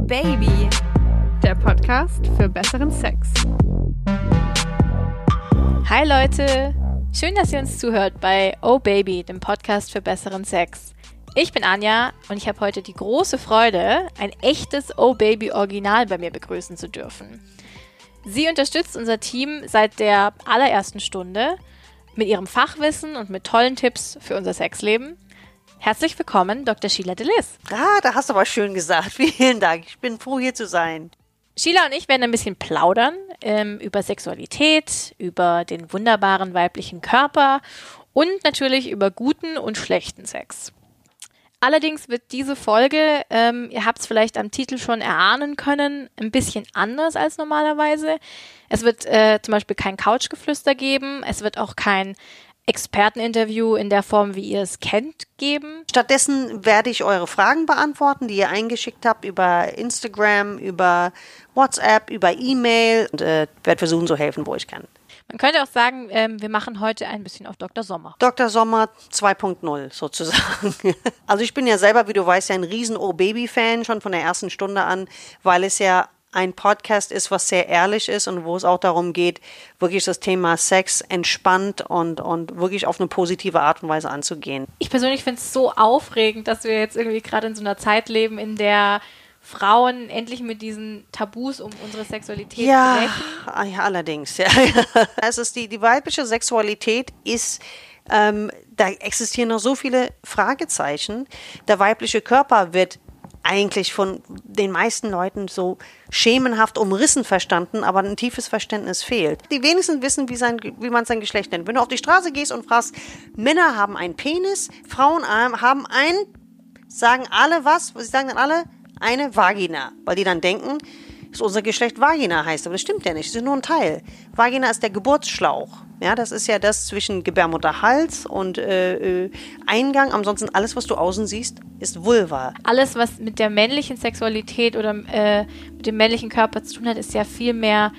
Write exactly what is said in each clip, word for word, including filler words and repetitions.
Baby, der Podcast für besseren Sex. Hi Leute, schön, dass ihr uns zuhört bei Oh Baby, dem Podcast für besseren Sex. Ich bin Anja und ich habe heute die große Freude, ein echtes Oh Baby Original bei mir begrüßen zu dürfen. Sie unterstützt unser Team seit der allerersten Stunde mit ihrem Fachwissen und mit tollen Tipps für unser Sexleben. Herzlich willkommen, Doktor Sheila de Lis. Ah, da hast du aber schön gesagt. Vielen Dank. Ich bin froh, hier zu sein. Sheila und ich werden ein bisschen plaudern ähm, über Sexualität, über den wunderbaren weiblichen Körper und natürlich über guten und schlechten Sex. Allerdings wird diese Folge, ähm, ihr habt es vielleicht am Titel schon erahnen können, ein bisschen anders als normalerweise. Es wird äh, zum Beispiel kein Couchgeflüster geben, es wird auch kein Experteninterview in der Form, wie ihr es kennt, geben. Stattdessen werde ich eure Fragen beantworten, die ihr eingeschickt habt über Instagram, über WhatsApp, über E-Mail und äh, werde versuchen, so helfen, wo ich kann. Man könnte auch sagen, ähm, wir machen heute ein bisschen auf Doktor Sommer. Doktor Sommer zwei Punkt null sozusagen. Also ich bin ja selber, wie du weißt, ja ein riesen Oh-Baby-Fan, schon von der ersten Stunde an, weil es ja ein Podcast ist, was sehr ehrlich ist und wo es auch darum geht, wirklich das Thema Sex entspannt und, und wirklich auf eine positive Art und Weise anzugehen. Ich persönlich finde es so aufregend, dass wir jetzt irgendwie gerade in so einer Zeit leben, in der Frauen endlich mit diesen Tabus um unsere Sexualität ja, brechen. Ja, allerdings. Ja. Es ist die, die weibliche Sexualität ist, ähm, da existieren noch so viele Fragezeichen. Der weibliche Körper wird eigentlich von den meisten Leuten so schemenhaft umrissen verstanden, aber ein tiefes Verständnis fehlt. Die wenigsten wissen, wie, sein, wie man sein Geschlecht nennt. Wenn du auf die Straße gehst und fragst, Männer haben einen Penis, Frauen haben einen, sagen alle was? Sie sagen dann alle, eine Vagina, weil die dann denken, dass unser Geschlecht Vagina heißt, aber das stimmt ja nicht, das ist nur ein Teil. Vagina ist der Geburtsschlauch, ja, das ist ja das zwischen Gebärmutterhals und äh, äh, Eingang, ansonsten alles, was du außen siehst, ist Vulva. Alles, was mit der männlichen Sexualität oder äh, mit dem männlichen Körper zu tun hat, ist ja viel mehr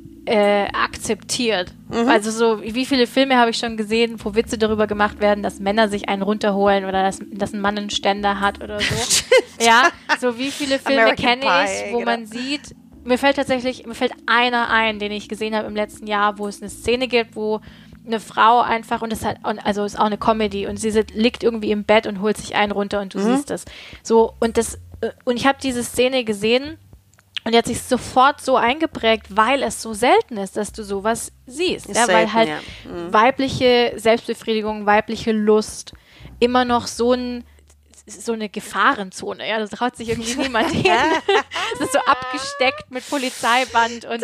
äh, akzeptiert. Mhm. Also so, wie viele Filme habe ich schon gesehen, wo Witze darüber gemacht werden, dass Männer sich einen runterholen oder dass, dass ein Mann einen Ständer hat oder so. Ja, so wie viele Filme kenne ich, wo genau. man sieht, mir fällt tatsächlich, mir fällt einer ein, den ich gesehen habe im letzten Jahr, wo es eine Szene gibt, wo eine Frau einfach, und das hat, also ist auch eine Comedy, und sie sit, liegt irgendwie im Bett und holt sich einen runter und du mhm. siehst das. So, und das, und ich habe diese Szene gesehen und die hat sich sofort so eingeprägt, weil es so selten ist, dass du sowas siehst. Ja, selten, weil halt ja. mhm. weibliche Selbstbefriedigung, weibliche Lust immer noch so ein so eine Gefahrenzone, ja, da traut sich irgendwie niemand hin. Es ist so abgesteckt mit Polizeiband und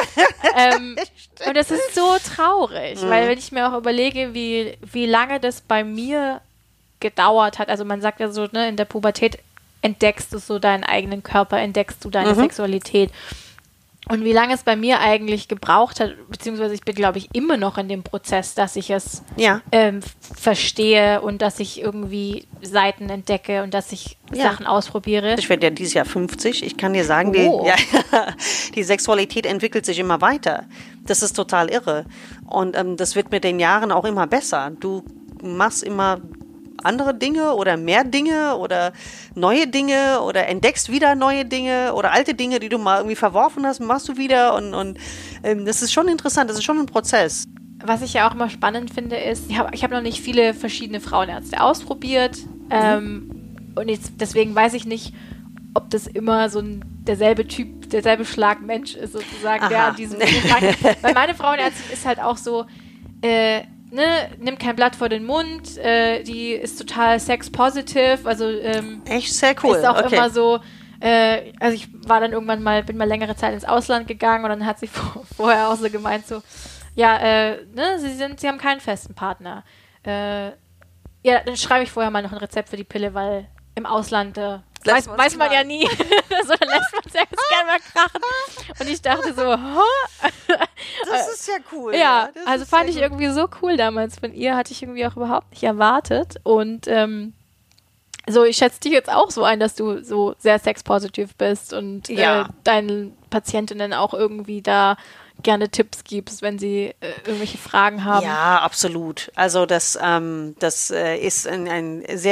ähm, und das ist so traurig, mhm. weil wenn ich mir auch überlege, wie, wie lange das bei mir gedauert hat, also man sagt ja so, ne, in der Pubertät entdeckst du so deinen eigenen Körper, entdeckst du deine mhm. Sexualität. Und wie lange es bei mir eigentlich gebraucht hat, beziehungsweise ich bin, glaube ich, immer noch in dem Prozess, dass ich es ja. ähm, verstehe und dass ich irgendwie Seiten entdecke und dass ich ja. Sachen ausprobiere. Ich werde ja dieses Jahr fünfzig. Ich kann dir sagen, die, oh. ja, die Sexualität entwickelt sich immer weiter. Das ist total irre. Und ähm, das wird mit den Jahren auch immer besser. Du machst immer andere Dinge oder mehr Dinge oder neue Dinge oder entdeckst wieder neue Dinge oder alte Dinge, die du mal irgendwie verworfen hast, machst du wieder und, und ähm, das ist schon interessant, das ist schon ein Prozess. Was ich ja auch immer spannend finde, ist, ich habe ich hab noch nicht viele verschiedene Frauenärzte ausprobiert mhm. ähm, und jetzt, deswegen weiß ich nicht, ob das immer so ein derselbe Typ, derselbe Schlag Mensch ist sozusagen, Aha. der an diesem Tag, weil meine Frauenärztin ist halt auch so, äh, Ne, nimmt kein Blatt vor den Mund, äh, die ist total sex-positive, also ähm, echt sehr cool. Ist auch okay. immer so, äh, also ich war dann irgendwann mal, bin mal längere Zeit ins Ausland gegangen und dann hat sie vor, vorher auch so gemeint, so, ja, äh, ne, sie sind, sie haben keinen festen Partner. Äh, ja, dann schreibe ich vorher mal noch ein Rezept für die Pille, weil im Ausland äh, weiß, weiß man ja nie. So, dann lässt man es ja ganz gerne mal krachen. Und ich dachte so, huh? Das ist ja cool. Ja, ja also fand ich irgendwie so cool damals von ihr, hatte ich irgendwie auch überhaupt nicht erwartet. Und ähm, so, ich schätze dich jetzt auch so ein, dass du so sehr sexpositiv bist und ja. äh, deinen Patientinnen auch irgendwie da gerne Tipps gibst, wenn sie äh, irgendwelche Fragen haben. Ja, absolut. Also das, ähm, das äh, ist ein, ein sehr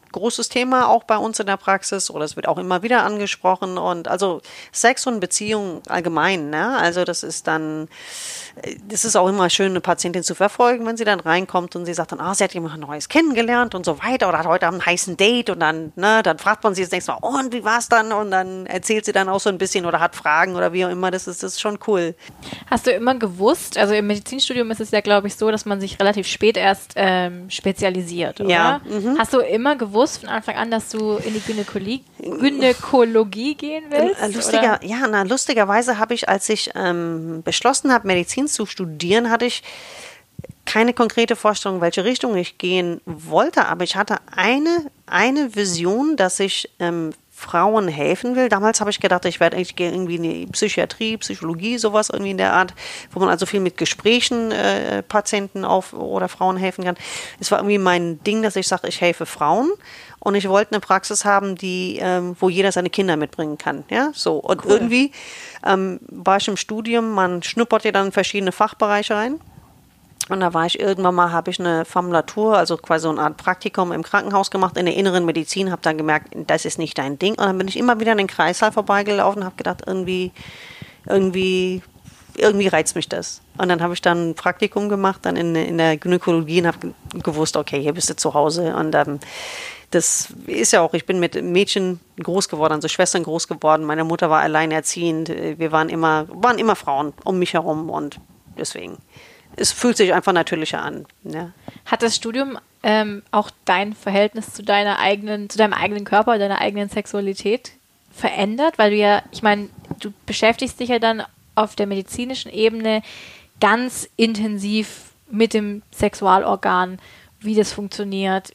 großes Thema auch bei uns in der Praxis oder es wird auch immer wieder angesprochen und also Sex und Beziehung allgemein, ne? Also das ist dann, das ist auch immer schön, eine Patientin zu verfolgen, wenn sie dann reinkommt und sie sagt dann, ah, sie hat jemand Neues kennengelernt und so weiter oder hat heute einen heißen Date und dann, ne, dann fragt man sie das nächste Mal, oh, und wie war's dann? Und dann erzählt sie dann auch so ein bisschen oder hat Fragen oder wie auch immer, das ist, das ist schon cool. Hast du immer gewusst, also im Medizinstudium ist es ja, glaube ich, so, dass man sich relativ spät erst ähm, spezialisiert, oder? Ja. Mhm. Hast du immer gewusst von Anfang an, dass du in die Gynäkologie, Gynäkologie gehen willst? Lustiger, oder? ja, na, lustigerweise habe ich, als ich ähm, beschlossen habe, Medizin zu studieren, hatte ich keine konkrete Vorstellung, welche Richtung ich gehen wollte, aber ich hatte eine, eine Vision, dass ich ähm, Frauen helfen will. Damals habe ich gedacht, ich werde eigentlich irgendwie in die Psychiatrie, Psychologie, sowas irgendwie in der Art, wo man also viel mit Gesprächen äh, Patienten auf oder Frauen helfen kann. Es war irgendwie mein Ding, dass ich sage, ich helfe Frauen und ich wollte eine Praxis haben, die, ähm, wo jeder seine Kinder mitbringen kann. Ja, so. Und cool. irgendwie ähm, war ich im Studium, man schnuppert ja dann in verschiedene Fachbereiche rein. Und da war ich irgendwann mal, habe ich eine Formulatur, also quasi so eine Art Praktikum im Krankenhaus gemacht, in der inneren Medizin, habe dann gemerkt, das ist nicht dein Ding. Und dann bin ich immer wieder in den Kreißsaal vorbeigelaufen und habe gedacht, irgendwie, irgendwie, irgendwie reizt mich das. Und dann habe ich dann ein Praktikum gemacht, dann in, in der Gynäkologie und habe gewusst, okay, hier bist du zu Hause. Und dann, das ist ja auch, ich bin mit Mädchen groß geworden, also Schwestern groß geworden. Meine Mutter war alleinerziehend. Wir waren immer, waren immer Frauen um mich herum und deswegen. Es fühlt sich einfach natürlicher an. Ja. Hat das Studium ähm, auch dein Verhältnis zu deiner eigenen, zu deinem eigenen Körper, deiner eigenen Sexualität verändert? Weil du ja, ich meine, du beschäftigst dich ja dann auf der medizinischen Ebene ganz intensiv mit dem Sexualorgan, wie das funktioniert.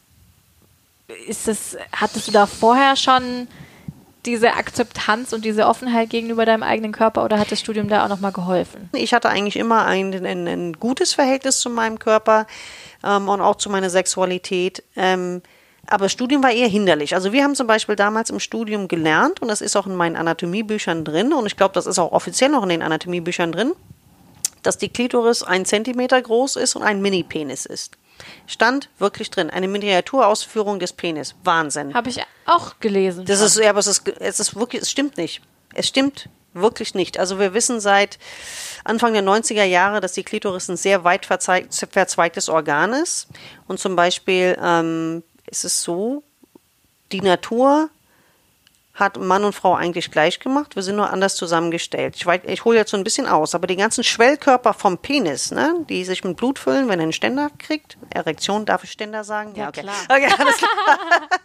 Ist das, hattest du da vorher schon diese Akzeptanz und diese Offenheit gegenüber deinem eigenen Körper oder hat das Studium da auch nochmal geholfen? Ich hatte eigentlich immer ein, ein, ein gutes Verhältnis zu meinem Körper ähm, und auch zu meiner Sexualität. Ähm, aber das Studium war eher hinderlich. Also wir haben zum Beispiel damals im Studium gelernt und das ist auch in meinen Anatomiebüchern drin und ich glaube, das ist auch offiziell noch in den Anatomiebüchern drin, dass die Klitoris ein Zentimeter groß ist und ein Mini-Penis ist. Stand wirklich drin. Eine Miniaturausführung des Penis. Wahnsinn. Habe ich auch gelesen. Das ist, ja, aber es ist, es ist wirklich, es stimmt nicht. Es stimmt wirklich nicht. Also wir wissen seit Anfang der neunziger Jahre, dass die Klitoris ein sehr weit verzweigtes Organ ist. Und zum Beispiel ähm, ist es so, die Natur hat Mann und Frau eigentlich gleich gemacht. Wir sind nur anders zusammengestellt. Ich, ich hole jetzt so ein bisschen aus, aber die ganzen Schwellkörper vom Penis, ne, die sich mit Blut füllen, wenn er einen Ständer kriegt. Erektion, darf ich Ständer sagen? Ja, ja okay. klar. Okay, alles klar.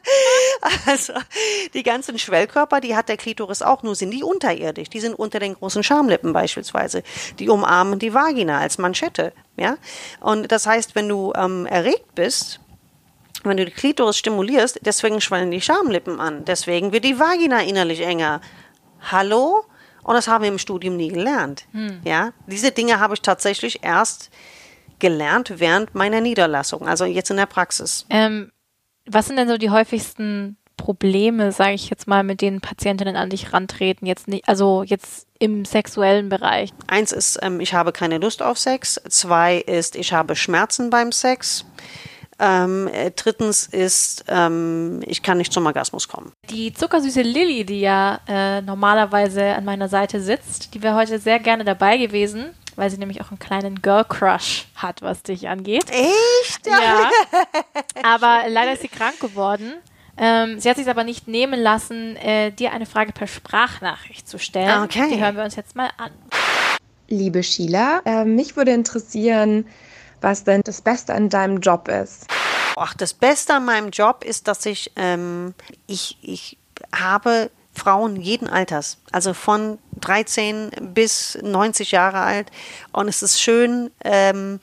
Also, die ganzen Schwellkörper, die hat der Klitoris auch, nur sind die unterirdisch. Die sind unter den großen Schamlippen beispielsweise. Die umarmen die Vagina als Manschette, ja. Und das heißt, wenn du ähm, erregt bist, wenn du die Klitoris stimulierst, deswegen schwellen die Schamlippen an. Deswegen wird die Vagina innerlich enger. Hallo? Und das haben wir im Studium nie gelernt. Hm. Ja? Diese Dinge habe ich tatsächlich erst gelernt während meiner Niederlassung, also jetzt in der Praxis. Ähm, was sind denn so die häufigsten Probleme, sage ich jetzt mal, mit denen Patientinnen an dich rantreten? Jetzt nicht, also jetzt im sexuellen Bereich. Eins ist, ähm, ich habe keine Lust auf Sex. Zwei ist, ich habe Schmerzen beim Sex. Ähm, äh, drittens ist, ähm, ich kann nicht zum Orgasmus kommen. Die zuckersüße Lilly, die ja äh, normalerweise an meiner Seite sitzt, die wäre heute sehr gerne dabei gewesen, weil sie nämlich auch einen kleinen Girl-Crush hat, was dich angeht. Echt? Ja. Aber leider ist sie krank geworden. Ähm, sie hat sich aber nicht nehmen lassen, äh, dir eine Frage per Sprachnachricht zu stellen. Okay. Die hören wir uns jetzt mal an. Liebe Sheila, äh, mich würde interessieren, was denn das Beste an deinem Job ist. Ach, das Beste an meinem Job ist, dass ich, ähm, ich, ich habe Frauen jeden Alters, also von dreizehn bis neunzig Jahre alt. Und es ist schön, ähm,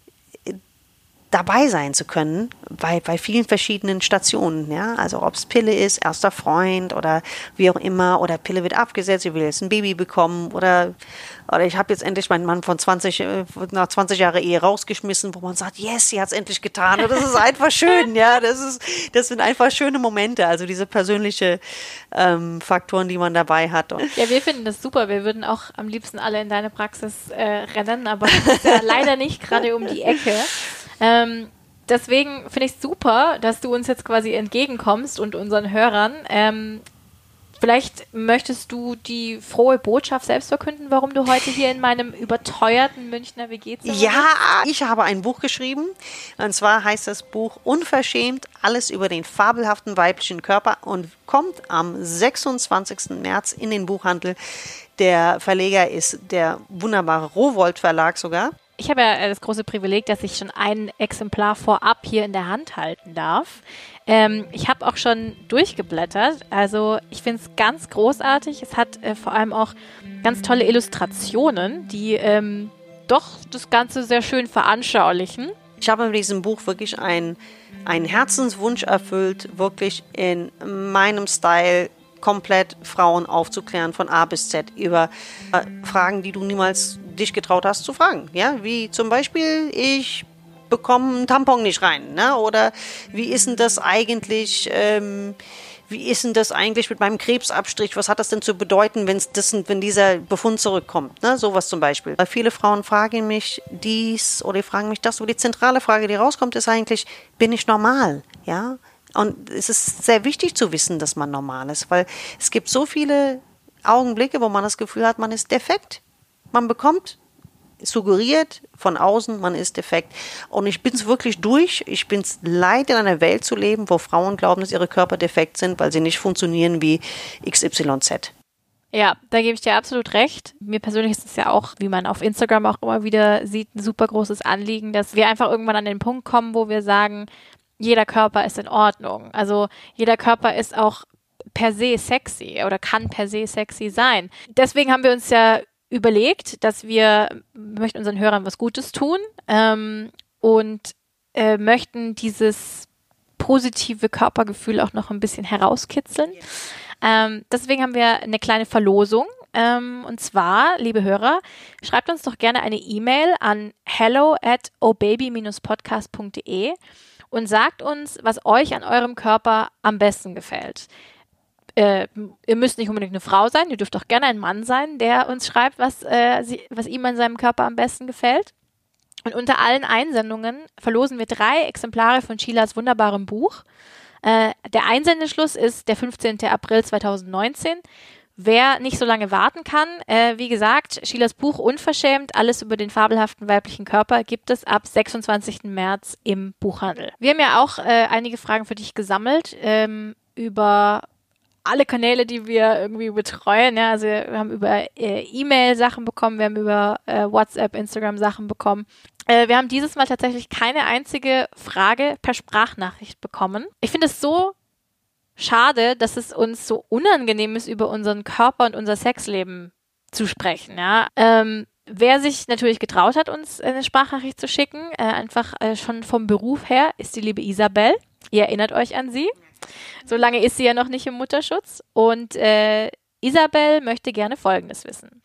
dabei sein zu können bei, bei vielen verschiedenen Stationen, ja, also ob es Pille ist, erster Freund oder wie auch immer, oder Pille wird abgesetzt, ich will jetzt ein Baby bekommen oder, oder ich habe jetzt endlich meinen Mann von zwanzig, nach zwanzig Jahren Ehe rausgeschmissen, wo man sagt, yes, sie hat es endlich getan und das ist einfach schön, ja, das ist, das sind einfach schöne Momente, also diese persönliche ähm, Faktoren, die man dabei hat. Und ja, wir finden das super, wir würden auch am liebsten alle in deine Praxis äh, rennen, aber das ist ja leider nicht gerade um die Ecke. Ähm, deswegen finde ich es super, dass du uns jetzt quasi entgegenkommst und unseren Hörern. Ähm, vielleicht möchtest du die frohe Botschaft selbst verkünden, warum du heute hier in meinem überteuerten Münchner W G-Zimmer bist? Ja, ich habe ein Buch geschrieben. Und zwar heißt das Buch Unverschämt, alles über den fabelhaften weiblichen Körper und kommt am sechsundzwanzigsten März in den Buchhandel. Der Verleger ist der wunderbare Rowohlt Verlag sogar. Ich habe ja das große Privileg, dass ich schon ein Exemplar vorab hier in der Hand halten darf. Ähm, ich habe auch schon durchgeblättert. Also ich finde es ganz großartig. Es hat äh, vor allem auch ganz tolle Illustrationen, die ähm, doch das Ganze sehr schön veranschaulichen. Ich habe mit diesem Buch wirklich einen, einen Herzenswunsch erfüllt, wirklich in meinem Style komplett Frauen aufzuklären von A bis Z über äh, Fragen, die du niemals dich getraut hast zu fragen. Ja, wie zum Beispiel, ich bekomme einen Tampon nicht rein, ne? Oder wie ist denn das eigentlich, ähm, wie ist denn das eigentlich mit meinem Krebsabstrich? Was hat das denn zu bedeuten, wenn's das, wenn dieser Befund zurückkommt? Ne? Sowas zum Beispiel. Weil viele Frauen fragen mich dies oder die fragen mich das, wo die zentrale Frage, die rauskommt, ist eigentlich, bin ich normal? Ja. Und es ist sehr wichtig zu wissen, dass man normal ist, weil es gibt so viele Augenblicke, wo man das Gefühl hat, man ist defekt. Man bekommt suggeriert von außen, man ist defekt. Und ich bin es wirklich durch. Ich bin es leid, in einer Welt zu leben, wo Frauen glauben, dass ihre Körper defekt sind, weil sie nicht funktionieren wie X Y Z. Ja, da gebe ich dir absolut recht. Mir persönlich ist es ja auch, wie man auf Instagram auch immer wieder sieht, ein super großes Anliegen, dass wir einfach irgendwann an den Punkt kommen, wo wir sagen, jeder Körper ist in Ordnung. Also jeder Körper ist auch per se sexy oder kann per se sexy sein. Deswegen haben wir uns ja überlegt, dass wir möchten unseren Hörern was Gutes tun ähm, und äh, möchten dieses positive Körpergefühl auch noch ein bisschen herauskitzeln. Ähm, deswegen haben wir eine kleine Verlosung. Ähm, und zwar, liebe Hörer, schreibt uns doch gerne eine E-Mail an hello at obaby dash podcast punkt de und sagt uns, was euch an eurem Körper am besten gefällt. Äh, ihr müsst nicht unbedingt eine Frau sein, ihr dürft auch gerne ein Mann sein, der uns schreibt, was, äh, sie, was ihm an seinem Körper am besten gefällt. Und unter allen Einsendungen verlosen wir drei Exemplare von Sheilas wunderbarem Buch. Äh, der Einsendeschluss ist der fünfzehnten April zweitausendneunzehn. Wer nicht so lange warten kann, äh, wie gesagt, Sheilas Buch Unverschämt, alles über den fabelhaften weiblichen Körper, gibt es ab sechsundzwanzigsten März im Buchhandel. Wir haben ja auch äh, einige Fragen für dich gesammelt ähm, über alle Kanäle, die wir irgendwie betreuen. Ja, also wir haben über äh, E-Mail Sachen bekommen, wir haben über äh, WhatsApp, Instagram Sachen bekommen. Äh, wir haben dieses Mal tatsächlich keine einzige Frage per Sprachnachricht bekommen. Ich finde es so schade, dass es uns so unangenehm ist, über unseren Körper und unser Sexleben zu sprechen. Ja, ähm, wer sich natürlich getraut hat, uns eine Sprachnachricht zu schicken, äh, einfach äh, schon vom Beruf her, ist die liebe Isabel. Ihr erinnert euch an sie. So lange ist sie ja noch nicht im Mutterschutz. Und äh, Isabel möchte gerne Folgendes wissen.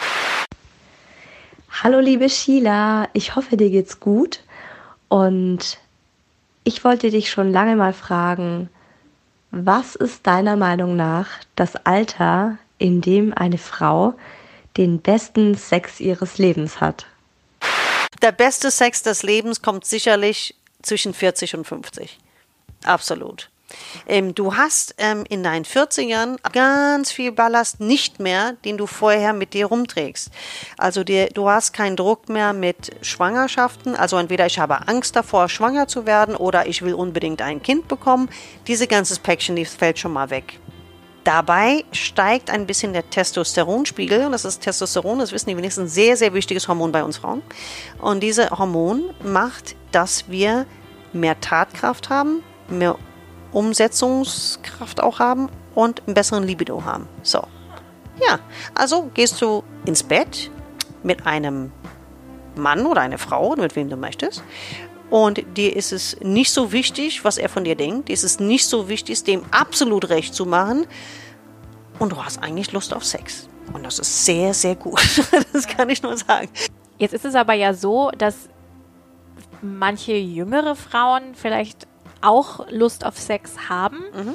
Hallo liebe Sheila, ich hoffe, dir geht's gut. Und ich wollte dich schon lange mal fragen, was ist deiner Meinung nach das Alter, in dem eine Frau den besten Sex ihres Lebens hat? Der beste Sex des Lebens kommt sicherlich zwischen vierzig und fünfzig. Absolut. Ähm, du hast ähm, in deinen vierzigern ganz viel Ballast nicht mehr, den du vorher mit dir rumträgst. Also dir, du hast keinen Druck mehr mit Schwangerschaften. Also entweder ich habe Angst davor, schwanger zu werden oder ich will unbedingt ein Kind bekommen. Diese ganze Päckchen, die fällt schon mal weg. Dabei steigt ein bisschen der Testosteronspiegel. Und das ist Testosteron, das wissen die wenigsten, ein sehr, sehr wichtiges Hormon bei uns Frauen. Und dieses Hormon macht, dass wir mehr Tatkraft haben, mehr Umsetzungskraft auch haben und einen besseren Libido haben. So. Ja, also gehst du ins Bett mit einem Mann oder einer Frau, mit wem du möchtest. Und dir ist es nicht so wichtig, was er von dir denkt. Dir ist es nicht so wichtig, dem absolut recht zu machen. Und du hast eigentlich Lust auf Sex. Und das ist sehr, sehr gut. Das kann ich nur sagen. Jetzt ist es aber ja so, dass manche jüngere Frauen vielleicht auch Lust auf Sex haben, mhm.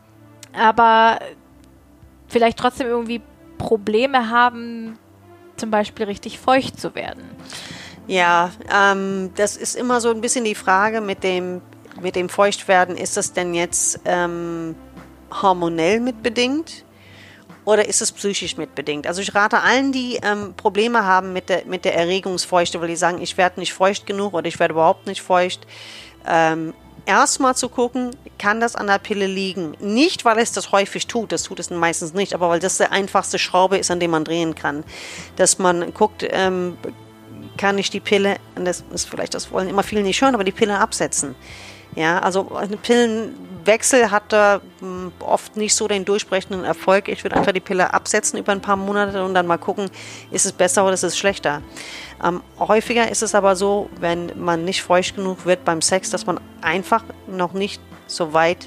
aber vielleicht trotzdem irgendwie Probleme haben, zum Beispiel richtig feucht zu werden. Ja, ähm, das ist immer so ein bisschen die Frage mit dem mit dem Feuchtwerden, ist das denn jetzt ähm, hormonell mitbedingt oder ist es psychisch mitbedingt? Also ich rate allen, die ähm, Probleme haben mit der, mit der Erregungsfeuchte, weil die sagen, ich werde nicht feucht genug oder ich werde überhaupt nicht feucht, ähm, erstmal zu gucken, kann das an der Pille liegen? Nicht, weil es das häufig tut, das tut es meistens nicht, aber weil das die einfachste Schraube ist, an der man drehen kann. Dass man guckt, ähm, kann ich die Pille, und das ist vielleicht, das wollen immer viele nicht hören, aber die Pille absetzen. Ja, also ein Pillenwechsel hat da mh, oft nicht so den durchbrechenden Erfolg. Ich würde einfach die Pille absetzen über ein paar Monate und dann mal gucken, ist es besser oder ist es schlechter. Ähm, häufiger ist es aber so, wenn man nicht feucht genug wird beim Sex, dass man einfach noch nicht so weit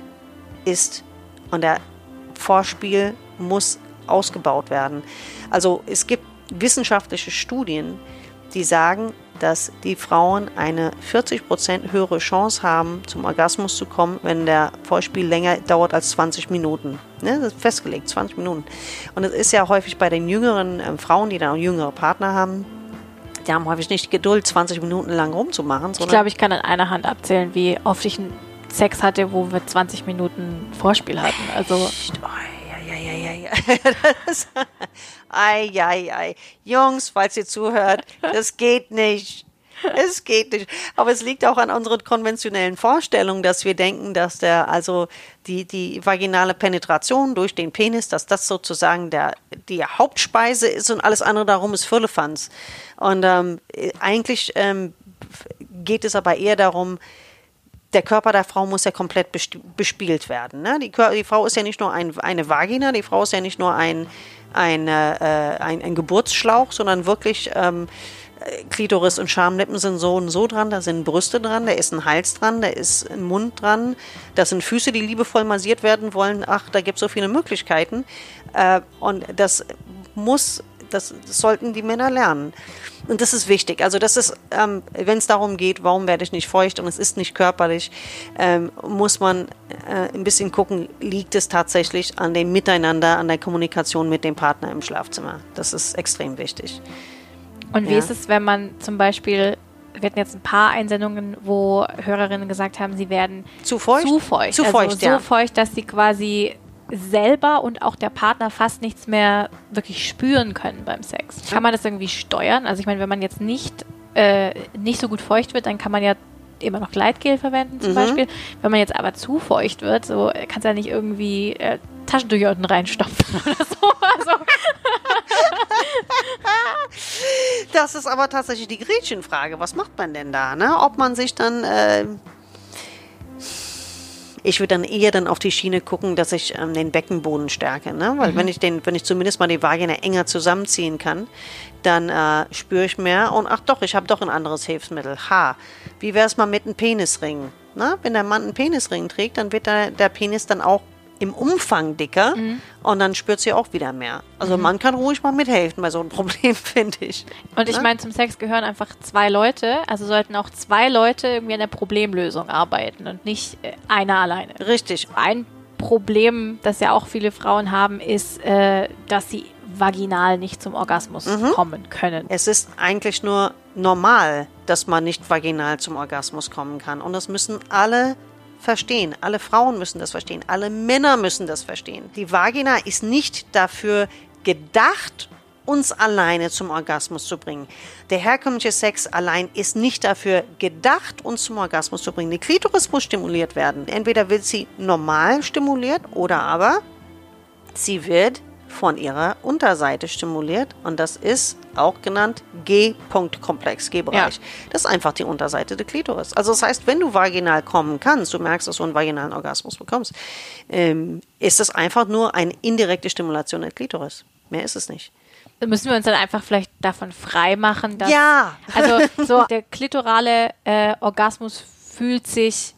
ist und der Vorspiel muss ausgebaut werden. Also es gibt wissenschaftliche Studien, die sagen, dass die Frauen eine vierzig Prozent höhere Chance haben, zum Orgasmus zu kommen, wenn der Vorspiel länger dauert als zwanzig Minuten. Ne, das ist festgelegt, zwanzig Minuten. Und es ist ja häufig bei den jüngeren äh, Frauen, die dann auch jüngere Partner haben, die haben häufig nicht die Geduld, zwanzig Minuten lang rumzumachen. Ich glaube, ich kann an einer Hand abzählen, wie oft ich einen Sex hatte, wo wir zwanzig Minuten Vorspiel hatten. Also Eieieiei. Das, ei, ei, ei. Jungs, falls ihr zuhört, das geht nicht. Es geht nicht. Aber es liegt auch an unseren konventionellen Vorstellungen, dass wir denken, dass der, also die, die vaginale Penetration durch den Penis, dass das sozusagen der, die Hauptspeise ist und alles andere darum ist Firlefanz. Und ähm, eigentlich ähm, geht es aber eher darum, der Körper der Frau muss ja komplett bespielt werden. Ne? Die, die Frau ist ja nicht nur ein, eine Vagina, die Frau ist ja nicht nur ein, ein, äh, ein, ein Geburtsschlauch, sondern wirklich ähm, Klitoris und Schamlippen sind so und so dran, da sind Brüste dran, da ist ein Hals dran, da ist ein Mund dran, da sind Füße, die liebevoll massiert werden wollen. Ach, da gibt es so viele Möglichkeiten. Äh, und das muss, das, das sollten die Männer lernen. Und das ist wichtig. Also das ist, ähm, wenn es darum geht, warum werde ich nicht feucht und es ist nicht körperlich, ähm, muss man äh, ein bisschen gucken, liegt es tatsächlich an dem Miteinander, an der Kommunikation mit dem Partner im Schlafzimmer. Das ist extrem wichtig. Und wie Ja. ist es, wenn man zum Beispiel, wir hatten jetzt ein paar Einsendungen, wo Hörerinnen gesagt haben, sie werden Zu feucht? zu feucht. Zu also feucht, so ja. feucht, dass sie quasi selber und auch der Partner fast nichts mehr wirklich spüren können beim Sex. Kann man das irgendwie steuern? Also ich meine, wenn man jetzt nicht, äh, nicht so gut feucht wird, dann kann man ja immer noch Gleitgel verwenden zum Mhm. Beispiel. Wenn man jetzt aber zu feucht wird, so kannst du ja nicht irgendwie äh, Taschentücher unten reinstopfen oder so. Also Das ist aber tatsächlich die Gretchenfrage. Was macht man denn da? Ne? Ob man sich dann... Äh Ich würde dann eher dann auf die Schiene gucken, dass ich ähm, den Beckenboden stärke, ne? Weil mhm. wenn ich den, wenn ich zumindest mal die Vagina enger zusammenziehen kann, dann äh, spüre ich mehr und ach doch, ich habe doch ein anderes Hilfsmittel. Ha, wie wäre es mal mit einem Penisring? Ne? Wenn der Mann einen Penisring trägt, dann wird der, der Penis dann auch im Umfang dicker mhm. und dann spürt sie auch wieder mehr. Also mhm. man kann ruhig mal mithelfen bei so einem Problem, finde ich. Und ich ne? meine, zum Sex gehören einfach zwei Leute, also sollten auch zwei Leute irgendwie an der Problemlösung arbeiten und nicht äh, einer alleine. Richtig. Ein Problem, das ja auch viele Frauen haben, ist, äh, dass sie vaginal nicht zum Orgasmus mhm. kommen können. Es ist eigentlich nur normal, dass man nicht vaginal zum Orgasmus kommen kann. Und das müssen alle verstehen. Alle Frauen müssen das verstehen. Alle Männer müssen das verstehen. Die Vagina ist nicht dafür gedacht, uns alleine zum Orgasmus zu bringen. Der herkömmliche Sex allein ist nicht dafür gedacht, uns zum Orgasmus zu bringen. Die Klitoris muss stimuliert werden. Entweder wird sie normal stimuliert oder aber sie wird von ihrer Unterseite stimuliert und das ist auch genannt G-Punkt-Komplex, G-Bereich. Ja. Das ist einfach die Unterseite der Klitoris. Also das heißt, wenn du vaginal kommen kannst, du merkst, dass du einen vaginalen Orgasmus bekommst, ähm, ist das einfach nur eine indirekte Stimulation der Klitoris. Mehr ist es nicht. Müssen wir uns dann einfach vielleicht davon frei machen, dass ja. also so der klitorale äh, Orgasmus fühlt sich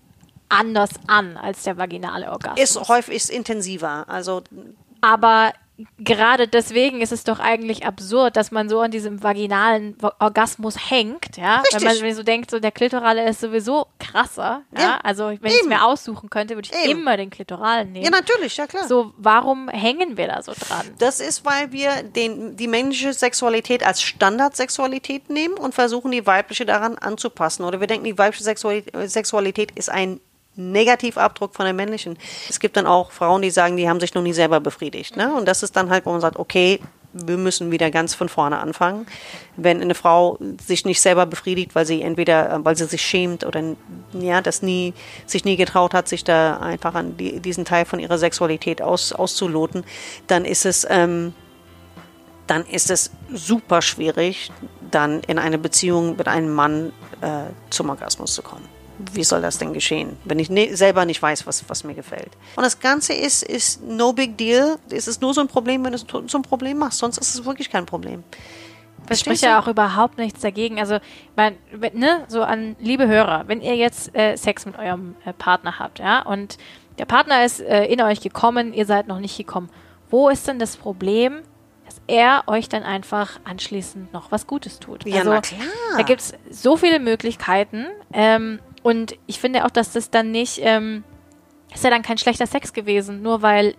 anders an als der vaginale Orgasmus. Ist häufig ist intensiver. Also aber gerade deswegen ist es doch eigentlich absurd, dass man so an diesem vaginalen Orgasmus hängt, ja. Richtig. Wenn man wenn man so denkt, so der klitorale ist sowieso krasser, ja. Ja. Also wenn ich es mir aussuchen könnte, würde ich Eben. immer den klitoralen nehmen. Ja, natürlich, ja klar. So, warum hängen wir da so dran? Das ist, weil wir den, die männliche Sexualität als Standardsexualität nehmen und versuchen, die weibliche daran anzupassen. Oder wir denken, die weibliche Sexualität, Sexualität ist ein Negativabdruck von der männlichen. Es gibt dann auch Frauen, die sagen, die haben sich noch nie selber befriedigt. Ne? Und das ist dann halt, wo man sagt, okay, wir müssen wieder ganz von vorne anfangen. Wenn eine Frau sich nicht selber befriedigt, weil sie entweder, weil sie sich schämt oder ja, das nie, sich nie getraut hat, sich da einfach an die, diesen Teil von ihrer Sexualität aus, auszuloten, dann ist es, ähm, dann ist es super schwierig, dann in eine Beziehung mit einem Mann äh, zum Orgasmus zu kommen. Wie soll das denn geschehen, wenn ich ne- selber nicht weiß, was, was mir gefällt? Und das Ganze ist, ist no big deal. Es ist nur so ein Problem, wenn du es zum Problem machst. Sonst ist es wirklich kein Problem. Das spricht ja auch überhaupt nichts dagegen. Also, mein, ne, so an liebe Hörer, wenn ihr jetzt äh, Sex mit eurem äh, Partner habt, ja, und der Partner ist äh, in euch gekommen, ihr seid noch nicht gekommen, wo ist denn das Problem, dass er euch dann einfach anschließend noch was Gutes tut? Ja, also, na klar. Da gibt es so viele Möglichkeiten, ähm, und ich finde auch, dass das dann nicht, ähm, ist ja dann kein schlechter Sex gewesen, nur weil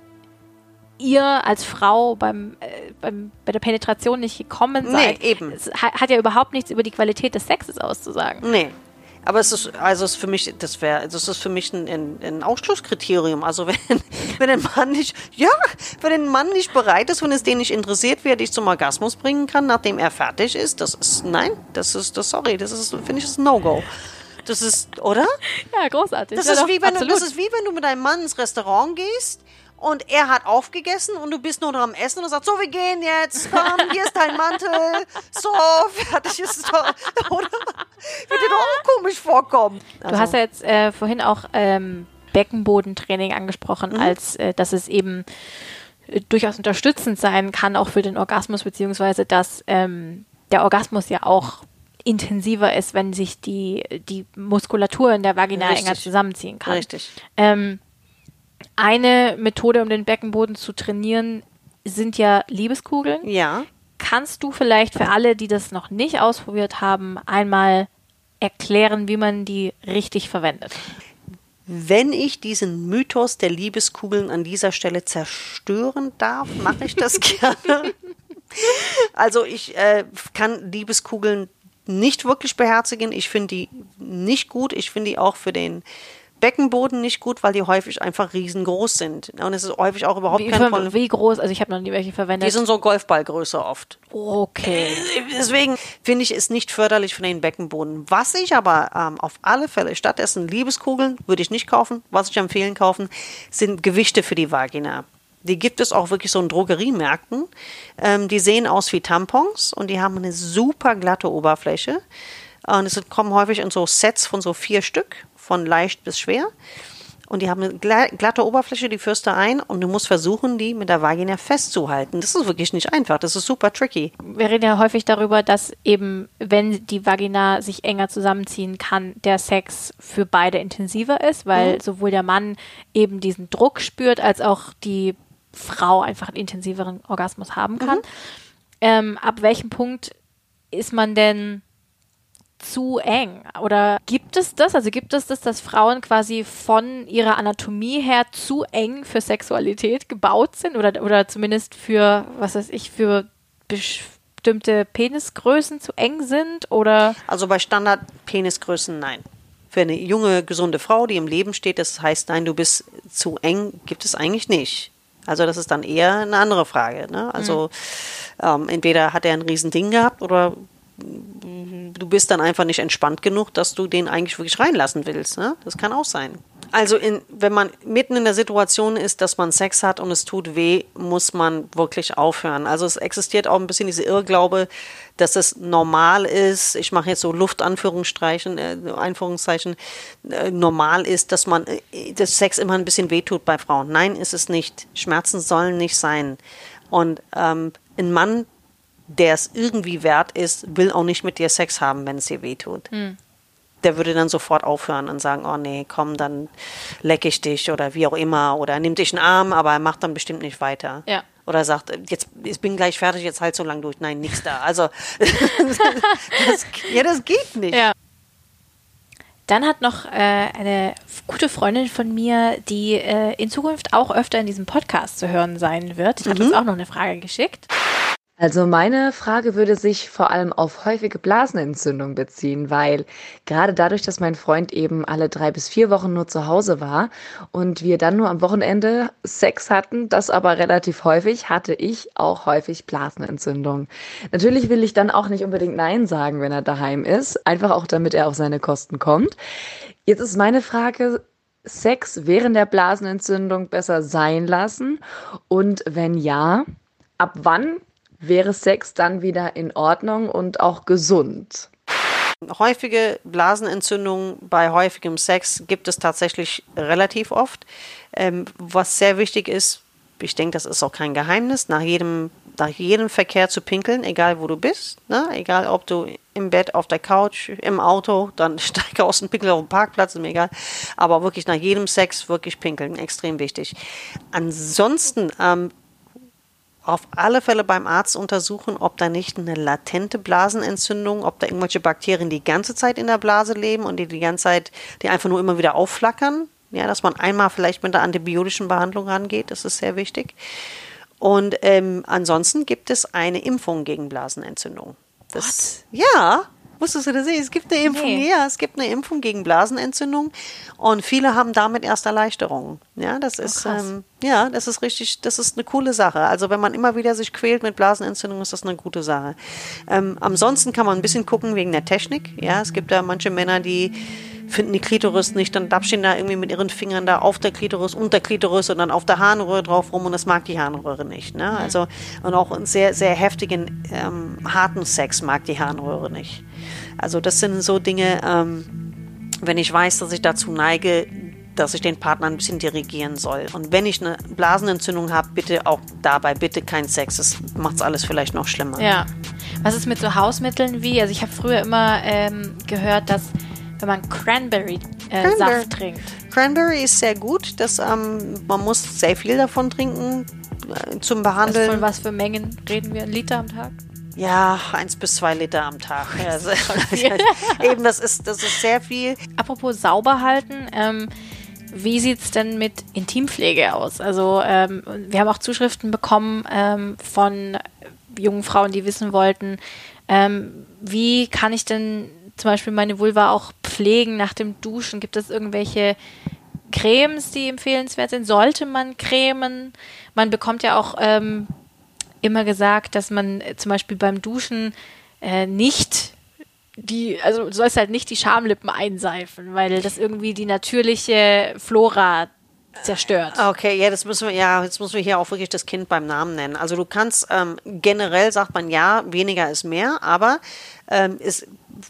ihr als Frau beim, äh, beim bei der Penetration nicht gekommen seid. Nee, eben. Es ha- hat ja überhaupt nichts über die Qualität des Sexes auszusagen. Nee. Aber es ist, also es ist für mich, das wäre, das ist für mich ein, ein, ein Ausschlusskriterium. Also wenn, wenn ein Mann nicht, ja, wenn ein Mann nicht bereit ist, wenn es den nicht interessiert, wer dich zum Orgasmus bringen kann, nachdem er fertig ist, das ist, nein, das ist, das, sorry, das ist, finde ich, das ist ein No-Go. Das ist, oder? Ja, großartig. Das, ja, ist doch, wie wenn du, absolut. das ist wie wenn du mit deinem Mann ins Restaurant gehst und er hat aufgegessen und du bist nur noch am Essen und du sagst, so, wir gehen jetzt, komm, hier ist dein Mantel, so, fertig ist es doch, oder? Wird dir doch auch komisch vorkommen. Du hast ja jetzt äh, vorhin auch ähm, Beckenbodentraining angesprochen, Mhm. als äh, dass es eben äh, durchaus unterstützend sein kann, auch für den Orgasmus, beziehungsweise dass ähm, der Orgasmus ja auch intensiver ist, wenn sich die, die Muskulatur in der Vagina Richtig. enger zusammenziehen kann. Richtig. Ähm, eine Methode, um den Beckenboden zu trainieren, sind ja Liebeskugeln. Ja. Kannst du vielleicht für alle, die das noch nicht ausprobiert haben, einmal erklären, wie man die richtig verwendet? Wenn ich diesen Mythos der Liebeskugeln an dieser Stelle zerstören darf, mache ich das gerne. Also ich äh, kann Liebeskugeln nicht wirklich beherzigen. Ich finde die nicht gut. Ich finde die auch für den Beckenboden nicht gut, weil die häufig einfach riesengroß sind. Und es ist häufig auch überhaupt Wie, kein Problem. wie groß? Also ich habe noch nie welche verwendet. Die sind so Golfballgröße oft. Okay. Deswegen finde ich es nicht förderlich für den Beckenboden. Was ich aber ähm, auf alle Fälle, stattdessen Liebeskugeln, würde ich nicht kaufen. Was ich empfehlen kaufen, sind Gewichte für die Vagina. Die gibt es auch wirklich so in Drogeriemärkten. Ähm, die sehen aus wie Tampons und die haben eine super glatte Oberfläche. Und es kommen häufig in so Sets von so vier Stück, von leicht bis schwer. Und die haben eine glatte Oberfläche, die führst du ein und du musst versuchen, die mit der Vagina festzuhalten. Das ist wirklich nicht einfach, das ist super tricky. Wir reden ja häufig darüber, dass eben, wenn die Vagina sich enger zusammenziehen kann, der Sex für beide intensiver ist, weil Mhm. sowohl der Mann eben diesen Druck spürt, als auch die Frau einfach einen intensiveren Orgasmus haben kann. Mhm. Ähm, ab welchem Punkt ist man denn zu eng? Oder gibt es das? Also gibt es das, dass Frauen quasi von ihrer Anatomie her zu eng für Sexualität gebaut sind? Oder, oder zumindest für, was weiß ich, für bestimmte Penisgrößen zu eng sind? Oder Also bei Standard-Penisgrößen nein. Für eine junge, gesunde Frau, die im Leben steht, das heißt, nein, du bist zu eng, gibt es eigentlich nicht. Also das ist dann eher eine andere Frage. Ne? Also mhm. ähm, entweder hat er ein Riesending gehabt oder du bist dann einfach nicht entspannt genug, dass du den eigentlich wirklich reinlassen willst. Ne? Das kann auch sein. Also in, wenn man mitten in der Situation ist, dass man Sex hat und es tut weh, muss man wirklich aufhören. Also es existiert auch ein bisschen diese Irrglaube, dass es normal ist, ich mache jetzt so Luftanführungszeichen, äh, Einführungszeichen, äh, normal ist, dass man äh, das Sex immer ein bisschen wehtut bei Frauen. Nein, ist es nicht. Schmerzen sollen nicht sein. Und ähm, ein Mann, der es irgendwie wert ist, will auch nicht mit dir Sex haben, wenn es dir wehtut. Hm. Der würde dann sofort aufhören und sagen, oh nee, komm, dann leck ich dich oder wie auch immer oder nimm dich einen Arm, aber er macht dann bestimmt nicht weiter. Ja. Oder sagt, jetzt ich bin gleich fertig, jetzt halt so lang durch. Nein, nichts da. Also, das, ja, das geht nicht. Ja. Dann hat noch äh, eine gute Freundin von mir, die äh, in Zukunft auch öfter in diesem Podcast zu hören sein wird, die hat Mhm. uns auch noch eine Frage geschickt. Also meine Frage würde sich vor allem auf häufige Blasenentzündung beziehen, weil gerade dadurch, dass mein Freund eben alle drei bis vier Wochen nur zu Hause war und wir dann nur am Wochenende Sex hatten, das aber relativ häufig, hatte ich auch häufig Blasenentzündung. Natürlich will ich dann auch nicht unbedingt Nein sagen, wenn er daheim ist, einfach auch damit er auf seine Kosten kommt. Jetzt ist meine Frage, Sex während der Blasenentzündung besser sein lassen? Und wenn ja, ab wann wäre Sex dann wieder in Ordnung und auch gesund? Häufige Blasenentzündungen bei häufigem Sex gibt es tatsächlich relativ oft. Ähm, was sehr wichtig ist, ich denke, das ist auch kein Geheimnis, nach jedem, nach jedem Verkehr zu pinkeln, egal wo du bist, ne? Egal ob du im Bett, auf der Couch, im Auto, dann steige aus dem Pinkel auf dem Parkplatz, ist mir egal. Aber wirklich nach jedem Sex wirklich pinkeln, extrem wichtig. Ansonsten ähm, auf alle Fälle beim Arzt untersuchen, ob da nicht eine latente Blasenentzündung, ob da irgendwelche Bakterien die ganze Zeit in der Blase leben und die die ganze Zeit, die einfach nur immer wieder aufflackern. Ja, dass man einmal vielleicht mit der antibiotischen Behandlung rangeht, das ist sehr wichtig. Und ähm, ansonsten gibt es eine Impfung gegen Blasenentzündung. Das, ja, wusstest du das? Es gibt eine Impfung, Nee. ja, es gibt eine Impfung gegen Blasenentzündung und viele haben damit erst Erleichterungen. Ja, das ist, krass. ähm, ja, das ist richtig, das ist eine coole Sache. Also wenn man immer wieder sich quält mit Blasenentzündung, ist das eine gute Sache. Ähm, ansonsten kann man ein bisschen gucken wegen der Technik. Ja, es gibt ja manche Männer, die finden die Klitoris nicht, dann dapschen da irgendwie mit ihren Fingern da auf der Klitoris, unter Klitoris und dann auf der Harnröhre drauf rum und das mag die Harnröhre nicht. Ne? Also, und auch einen sehr, sehr heftigen, ähm, harten Sex mag die Harnröhre nicht. Also das sind so Dinge, ähm, wenn ich weiß, dass ich dazu neige, dass ich den Partner ein bisschen dirigieren soll. Und wenn ich eine Blasenentzündung habe, bitte auch dabei, bitte kein Sex. Das macht es alles vielleicht noch schlimmer. Ja. Was ist mit so Hausmitteln wie, also ich habe früher immer ähm, gehört, dass wenn man Cranberry-Saft äh, Cranberry. Saft trinkt. Cranberry ist sehr gut. Das, ähm, man muss sehr viel davon trinken äh, zum Also Behandeln. von was für Mengen reden wir? Ein Liter am Tag? Ja, eins bis zwei Liter am Tag. Ja, also, eben, das ist, das ist sehr viel. Apropos sauber halten, ähm, wie sieht es denn mit Intimpflege aus? Also ähm, wir haben auch Zuschriften bekommen ähm, von jungen Frauen, die wissen wollten, ähm, wie kann ich denn zum Beispiel meine Vulva auch pflegen nach dem Duschen? Gibt es irgendwelche Cremes, die empfehlenswert sind? Sollte man cremen? Man bekommt ja auch ähm, immer gesagt, dass man äh, zum Beispiel beim Duschen äh, nicht die, also du sollst halt nicht die Schamlippen einseifen, weil das irgendwie die natürliche Flora zerstört. Okay, ja, das müssen wir, ja, jetzt müssen wir hier auch wirklich das Kind beim Namen nennen. Also du kannst, ähm, generell sagt man ja, weniger ist mehr, aber ähm, es,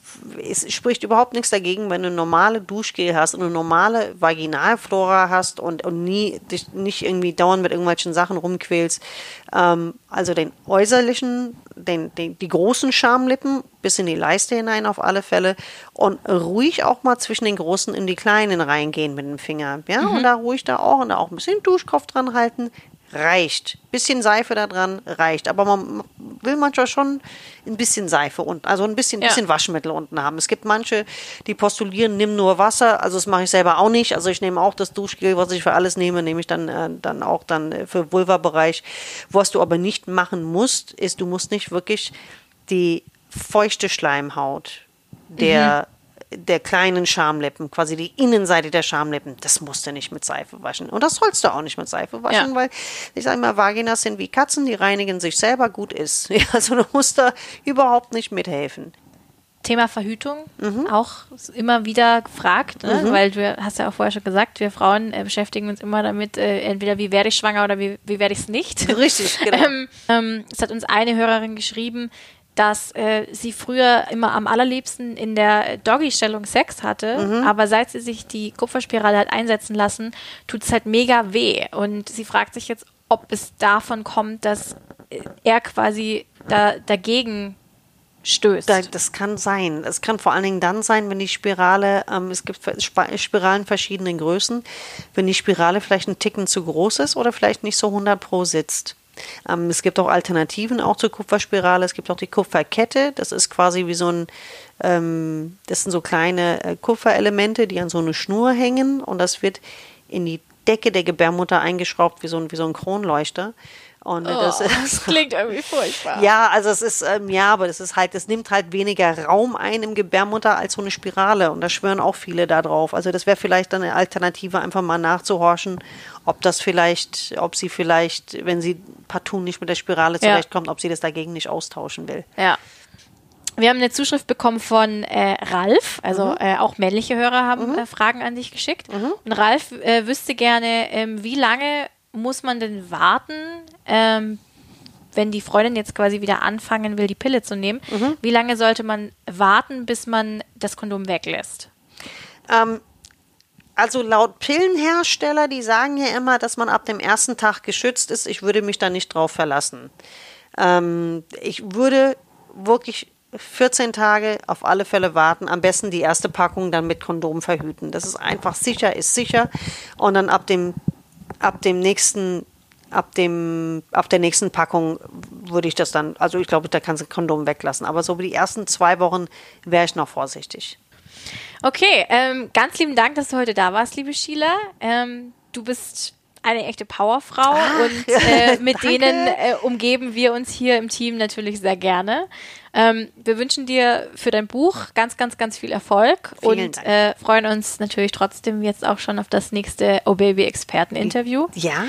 es spricht überhaupt nichts dagegen, wenn du eine normale Duschgel hast und eine normale Vaginalflora hast und, und nie, dich nicht irgendwie dauernd mit irgendwelchen Sachen rumquälst. Ähm, also den äußerlichen, den, den, die großen Schamlippen bis in die Leiste hinein auf alle Fälle und ruhig auch mal zwischen den großen in die kleinen reingehen mit dem Finger. Ja, mhm. Und da ruhig da auch und da auch ein bisschen Duschkopf dran halten. Reicht. Bisschen Seife da dran reicht. Aber man will manchmal schon ein bisschen Seife unten, also ein bisschen, Ja. bisschen Waschmittel unten haben. Es gibt manche, die postulieren, nimm nur Wasser. Also das mache ich selber auch nicht. Also ich nehme auch das Duschgel, was ich für alles nehme, nehme ich dann, äh, dann auch dann äh, für Vulva-Bereich. Was du aber nicht machen musst, ist, du musst nicht wirklich die feuchte Schleimhaut der der kleinen Schamlippen, quasi die Innenseite der Schamlippen, das musst du nicht mit Seife waschen. Und das sollst du auch nicht mit Seife waschen, Ja. weil ich sage mal, Vaginas sind wie Katzen, die reinigen sich selber, gut ist. Ja, also du musst da überhaupt nicht mithelfen. Thema Verhütung, auch immer wieder gefragt, ne? Weil du hast ja auch vorher schon gesagt, wir Frauen äh, beschäftigen uns immer damit, äh, entweder wie werde ich schwanger oder wie, wie werde ich es nicht. Richtig, genau. ähm, ähm, es hat uns eine Hörerin geschrieben, dass äh, sie früher immer am allerliebsten in der Doggy-Stellung Sex hatte, aber seit sie sich die Kupferspirale hat einsetzen lassen, tut es halt mega weh. Und sie fragt sich jetzt, ob es davon kommt, dass äh, er quasi da, dagegen stößt. Da, das kann sein. Es kann vor allen Dingen dann sein, wenn die Spirale, ähm, es gibt Sp- Spiralen verschiedenen Größen, wenn die Spirale vielleicht einen Ticken zu groß ist oder vielleicht nicht so hundert pro sitzt. Ähm, es gibt auch Alternativen auch zur Kupferspirale. Es gibt auch die Kupferkette. Das ist quasi wie so ein, ähm, das sind so kleine äh, Kupferelemente, die an so eine Schnur hängen und das wird in die Decke der Gebärmutter eingeschraubt wie so ein, wie so ein Kronleuchter. Und Oh, das, das klingt irgendwie furchtbar. ja, also es ist, ähm, ja, aber das ist halt, es nimmt halt weniger Raum ein im Gebärmutter als so eine Spirale und da schwören auch viele da drauf. Also das wäre vielleicht dann eine Alternative, einfach mal nachzuhorchen, ob das vielleicht, ob sie vielleicht, wenn sie partout nicht mit der Spirale Ja. zurechtkommt, ob sie das dagegen nicht austauschen will. Ja. Wir haben eine Zuschrift bekommen von äh, Ralf, also Mhm. äh, auch männliche Hörer haben äh, Fragen an dich geschickt. Und Ralf äh, wüsste gerne, ähm, wie lange muss man denn warten, ähm, wenn die Freundin jetzt quasi wieder anfangen will, die Pille zu nehmen? Mhm. Wie lange sollte man warten, bis man das Kondom weglässt? Ähm, also laut Pillenhersteller, die sagen ja immer, dass man ab dem ersten Tag geschützt ist. Ich würde mich da nicht drauf verlassen. Ähm, ich würde wirklich vierzehn Tage auf alle Fälle warten. Am besten die erste Packung dann mit Kondom verhüten. Das ist einfach sicher, ist sicher. Und dann ab dem, ab dem nächsten, ab dem, ab der nächsten Packung würde ich das dann, also ich glaube, da kannst du Kondom weglassen. Aber so wie die ersten zwei Wochen wäre ich noch vorsichtig. Okay, ähm, ganz lieben Dank, dass du heute da warst, liebe Sheila. Ähm, du bist eine echte Powerfrau und äh, mit danke. denen äh, umgeben wir uns hier im Team natürlich sehr gerne. Ähm, wir wünschen dir für dein Buch ganz, ganz, ganz viel Erfolg Vielen und Dank. äh, freuen uns natürlich trotzdem jetzt auch schon auf das nächste Oh Baby Experten-Interview. Ja.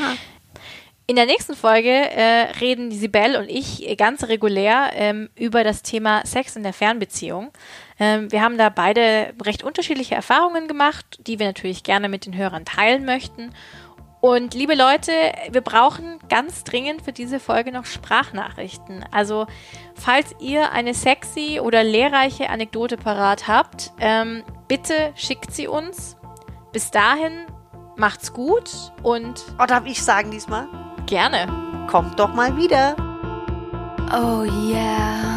In der nächsten Folge äh, reden die Sibel und ich äh, ganz regulär ähm, über das Thema Sex in der Fernbeziehung. Ähm, wir haben da beide recht unterschiedliche Erfahrungen gemacht, die wir natürlich gerne mit den Hörern teilen möchten. Und liebe Leute, wir brauchen ganz dringend für diese Folge noch Sprachnachrichten. Also falls ihr eine sexy oder lehrreiche Anekdote parat habt, ähm, bitte schickt sie uns. Bis dahin, macht's gut und Oh, darf ich sagen diesmal? gerne. Kommt doch mal wieder. Oh yeah.